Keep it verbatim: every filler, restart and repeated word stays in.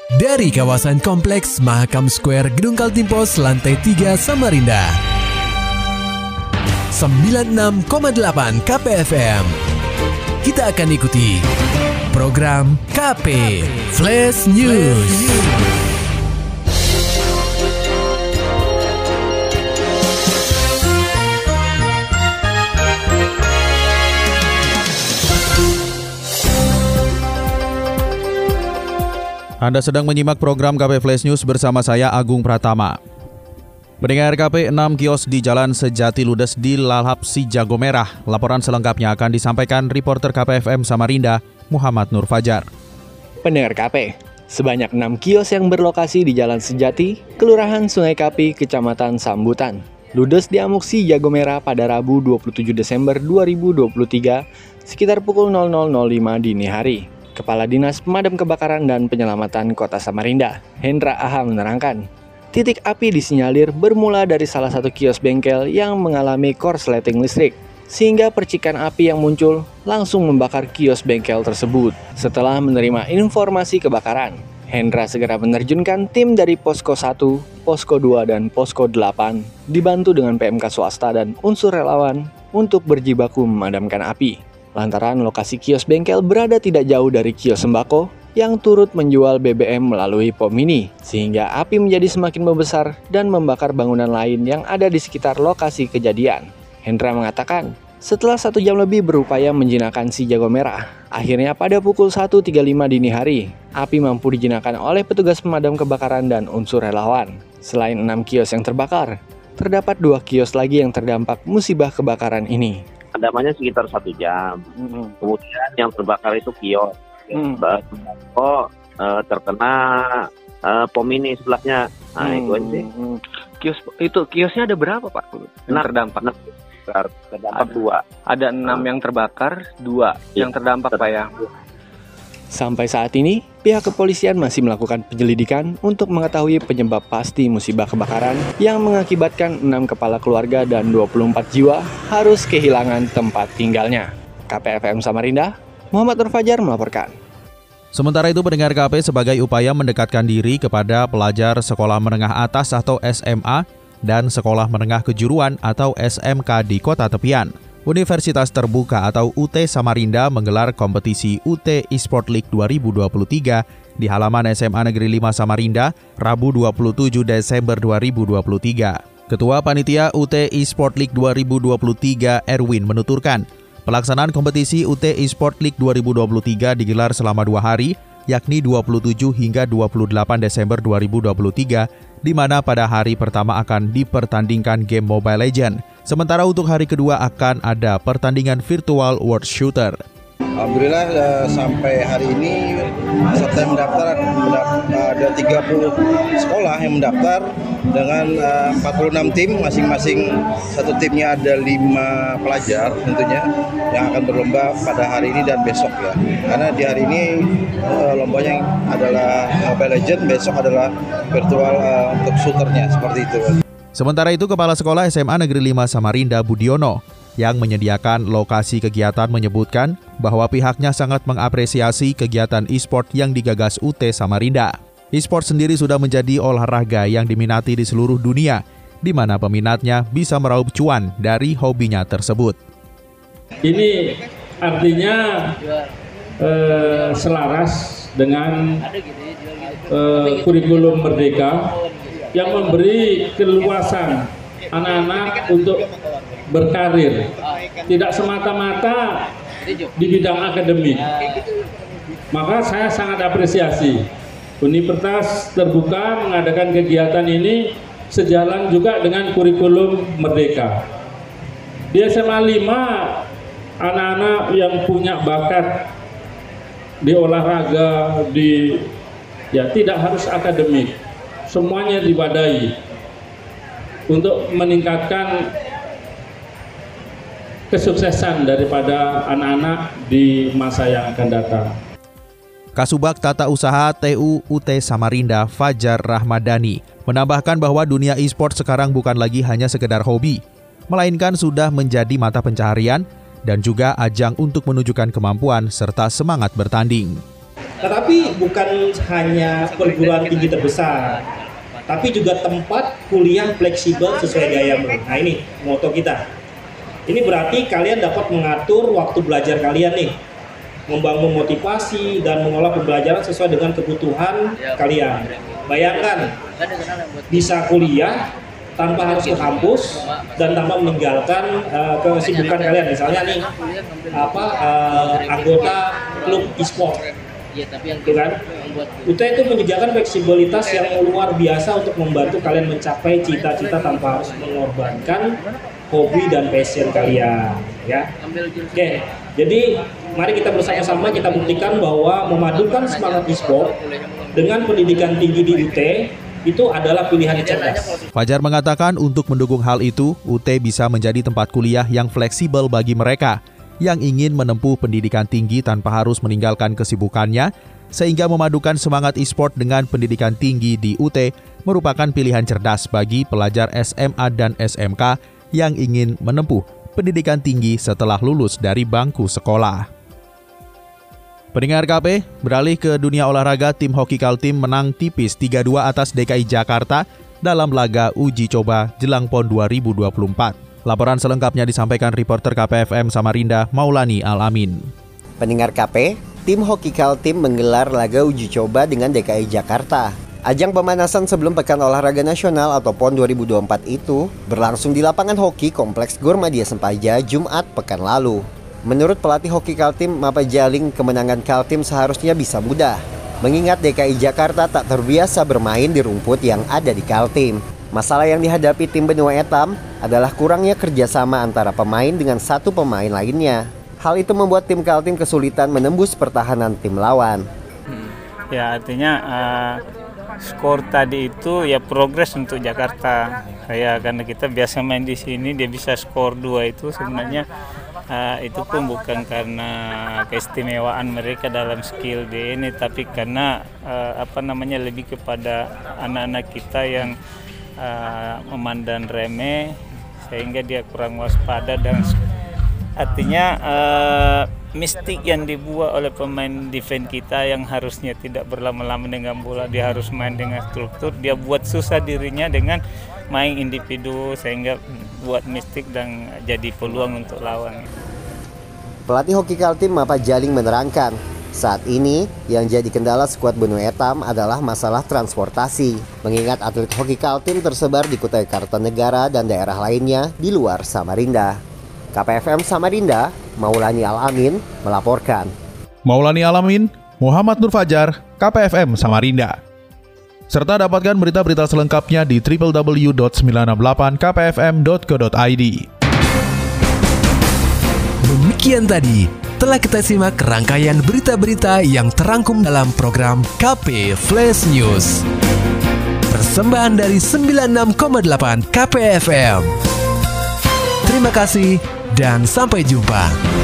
Dari kawasan Kompleks Mahakam Square Gedung Kaltimpos lantai tiga Samarinda. sembilan puluh enam koma delapan K P F M. Kita akan ikuti program K P Flash News. Anda sedang menyimak program K P Flash News bersama saya Agung Pratama. Pendengar K P, enam kios di Jalan Sejati ludes di Lalapsi Jago Merah. Laporan selengkapnya akan disampaikan reporter K P F M Samarinda, Muhammad Nur Fajar. Pendengar K P, sebanyak enam kios yang berlokasi di Jalan Sejati, Kelurahan Sungai Kapi, Kecamatan Sambutan, ludes di Amuksi Jago Merah pada Rabu dua puluh tujuh Desember dua ribu dua puluh tiga sekitar pukul nol nol nol lima dini hari. Kepala Dinas Pemadam Kebakaran dan Penyelamatan Kota Samarinda, Hendra Aha menerangkan, titik api disinyalir bermula dari salah satu kios bengkel yang mengalami korsleting listrik, sehingga percikan api yang muncul langsung membakar kios bengkel tersebut. Setelah menerima informasi kebakaran, Hendra segera menerjunkan tim dari Posko satu, Posko dua, dan Posko delapan, dibantu dengan P M K swasta dan unsur relawan untuk berjibaku memadamkan api. Lantaran lokasi kios bengkel berada tidak jauh dari kios sembako yang turut menjual B B M melalui pom mini, sehingga api menjadi semakin membesar dan membakar bangunan lain yang ada di sekitar lokasi kejadian. Hendra mengatakan, setelah satu jam lebih berupaya menjinakkan si Jago Merah, akhirnya pada pukul satu tiga puluh lima dini hari, api mampu dijinakkan oleh petugas pemadam kebakaran dan unsur relawan. Selain enam kios yang terbakar, terdapat dua kios lagi yang terdampak musibah kebakaran ini. Pemadamannya sekitar satu jam. Hmm. Kemudian yang terbakar itu kios. Hmm. Oh, uh, terkena uh, pom mini sebelahnya. Nah, hmm. itu aja. Kios itu kiosnya ada berapa, Pak? Yang terdampak. Enam. Terdampak ada, dua. Ada enam hmm. yang terbakar, dua ya, yang terdampak, Pak ya. Sampai saat ini, pihak kepolisian masih melakukan penyelidikan untuk mengetahui penyebab pasti musibah kebakaran yang mengakibatkan enam kepala keluarga dan dua puluh empat jiwa harus kehilangan tempat tinggalnya. K P F M Samarinda, Muhammad Nur Fajar melaporkan. Sementara itu, pendengar K P, sebagai upaya mendekatkan diri kepada pelajar sekolah menengah atas atau S M A dan sekolah menengah kejuruan atau S M K di kota tepian, Universitas Terbuka atau U T Samarinda menggelar kompetisi U T eSport League dua ribu dua puluh tiga di halaman S M A Negeri lima Samarinda, Rabu dua puluh tujuh Desember dua ribu dua puluh tiga. Ketua Panitia U T eSport League dua ribu dua puluh tiga, Erwin, menuturkan, pelaksanaan kompetisi U T eSport League dua ribu dua puluh tiga digelar selama dua hari, yakni dua puluh tujuh hingga dua puluh delapan Desember dua ribu dua puluh tiga, di mana pada hari pertama akan dipertandingkan game Mobile Legends. Sementara untuk hari kedua akan ada pertandingan virtual World Shooter. Alhamdulillah uh, sampai hari ini peserta yang mendaftar ada tiga puluh sekolah yang mendaftar dengan uh, empat puluh enam tim, masing-masing satu timnya ada lima pelajar tentunya yang akan berlomba pada hari ini dan besok ya. Karena di hari ini uh, lombanya adalah Mobile Legends, besok adalah virtual uh, untuk shooternya, seperti itu. Sementara itu, Kepala Sekolah S M A Negeri lima Samarinda, Budiono, yang menyediakan lokasi kegiatan menyebutkan bahwa pihaknya sangat mengapresiasi kegiatan e-sport yang digagas U T Samarinda. E-sport sendiri sudah menjadi olahraga yang diminati di seluruh dunia, di mana peminatnya bisa meraup cuan dari hobinya tersebut. Ini artinya eh, selaras dengan eh, kurikulum Merdeka yang memberi keluasan anak-anak untuk berkarir, tidak semata-mata di bidang akademik. Maka saya sangat apresiasi Universitas Terbuka mengadakan kegiatan ini sejalan juga dengan kurikulum Merdeka. Di S M A lima, anak-anak yang punya bakat di olahraga, di ya tidak harus akademik, semuanya diwadai untuk meningkatkan kesuksesan daripada anak-anak di masa yang akan datang. Kasubag Tata Usaha T U U T Samarinda, Fajar Rahmadani, menambahkan bahwa dunia e-sport sekarang bukan lagi hanya sekedar hobi, melainkan sudah menjadi mata pencaharian dan juga ajang untuk menunjukkan kemampuan serta semangat bertanding. Tetapi bukan hanya perguruan tinggi terbesar, tapi juga tempat kuliah fleksibel sesuai gayamu. Nah ini moto kita. Ini berarti kalian dapat mengatur waktu belajar kalian nih, membangun motivasi dan mengolah pembelajaran sesuai dengan kebutuhan kalian. Bayangkan bisa kuliah tanpa harus ke kampus dan tanpa meninggalkan uh, kesibukan kalian. Misalnya nih apa uh, anggota klub e-sport, gitu kan? U T itu menyediakan fleksibilitas yang luar biasa untuk membantu kalian mencapai cita-cita tanpa harus mengorbankan hobi dan passion kalian, ya. Oke, jadi mari kita bersama-sama kita buktikan bahwa memadukan semangat e-sport dengan pendidikan tinggi di U T itu adalah pilihan yang cerdas. Fajar mengatakan untuk mendukung hal itu, U T bisa menjadi tempat kuliah yang fleksibel bagi mereka yang ingin menempuh pendidikan tinggi tanpa harus meninggalkan kesibukannya, sehingga memadukan semangat e-sport dengan pendidikan tinggi di U T merupakan pilihan cerdas bagi pelajar S M A dan S M K yang ingin menempuh pendidikan tinggi setelah lulus dari bangku sekolah. Pendengar K P, beralih ke dunia olahraga, tim Hoki Kaltim menang tipis tiga dua atas D K I Jakarta dalam laga uji coba jelang PON dua ribu dua puluh empat. Laporan selengkapnya disampaikan reporter K P F M Samarinda, Maulani Al-Amin. Pendengar K P, tim Hoki Kaltim menggelar laga uji coba dengan D K I Jakarta. Ajang pemanasan sebelum Pekan Olahraga Nasional atau PON dua ribu dua puluh empat itu berlangsung di lapangan hoki Kompleks Gor Madia Sempaja Jumat pekan lalu. Menurut pelatih Hoki Kaltim, Mapa Jaling, kemenangan Kaltim seharusnya bisa mudah, mengingat D K I Jakarta tak terbiasa bermain di rumput yang ada di Kaltim. Masalah yang dihadapi tim benua etam adalah kurangnya kerjasama antara pemain dengan satu pemain lainnya. Hal itu membuat tim Kaltim kesulitan menembus pertahanan tim lawan. Ya, artinya uh, skor tadi itu ya progres untuk Jakarta. Ya, karena kita biasa main di sini, dia bisa skor dua itu sebenarnya uh, itu pun bukan karena keistimewaan mereka dalam skill di ini, tapi karena uh, apa namanya lebih kepada anak-anak kita yang uh, memandang remeh sehingga dia kurang waspada, dan artinya uh, mistik yang dibuat oleh pemain defense kita yang harusnya tidak berlama-lama dengan bola, dia harus main dengan struktur, dia buat susah dirinya dengan main individu sehingga buat mistik dan jadi peluang untuk lawan. Pelatih Hoki Kaltim Mapa Jaling menerangkan, saat ini yang jadi kendala skuad benua etam adalah masalah transportasi, mengingat atlet Hoki Kaltim tersebar di Kutai Kartanegara dan daerah lainnya di luar Samarinda. K P F M Samarinda, Maulani Al-Amin melaporkan. Maulani Al-Amin, Muhammad Nur Fajar, K P F M Samarinda. Serta dapatkan berita-berita selengkapnya di w w w dot sembilan enam delapan k p f m dot co dot i d. Demikian tadi telah kita simak rangkaian berita-berita yang terangkum dalam program K P Flash News. Persembahan dari sembilan puluh enam koma delapan K P F M. Terima kasih dan sampai jumpa.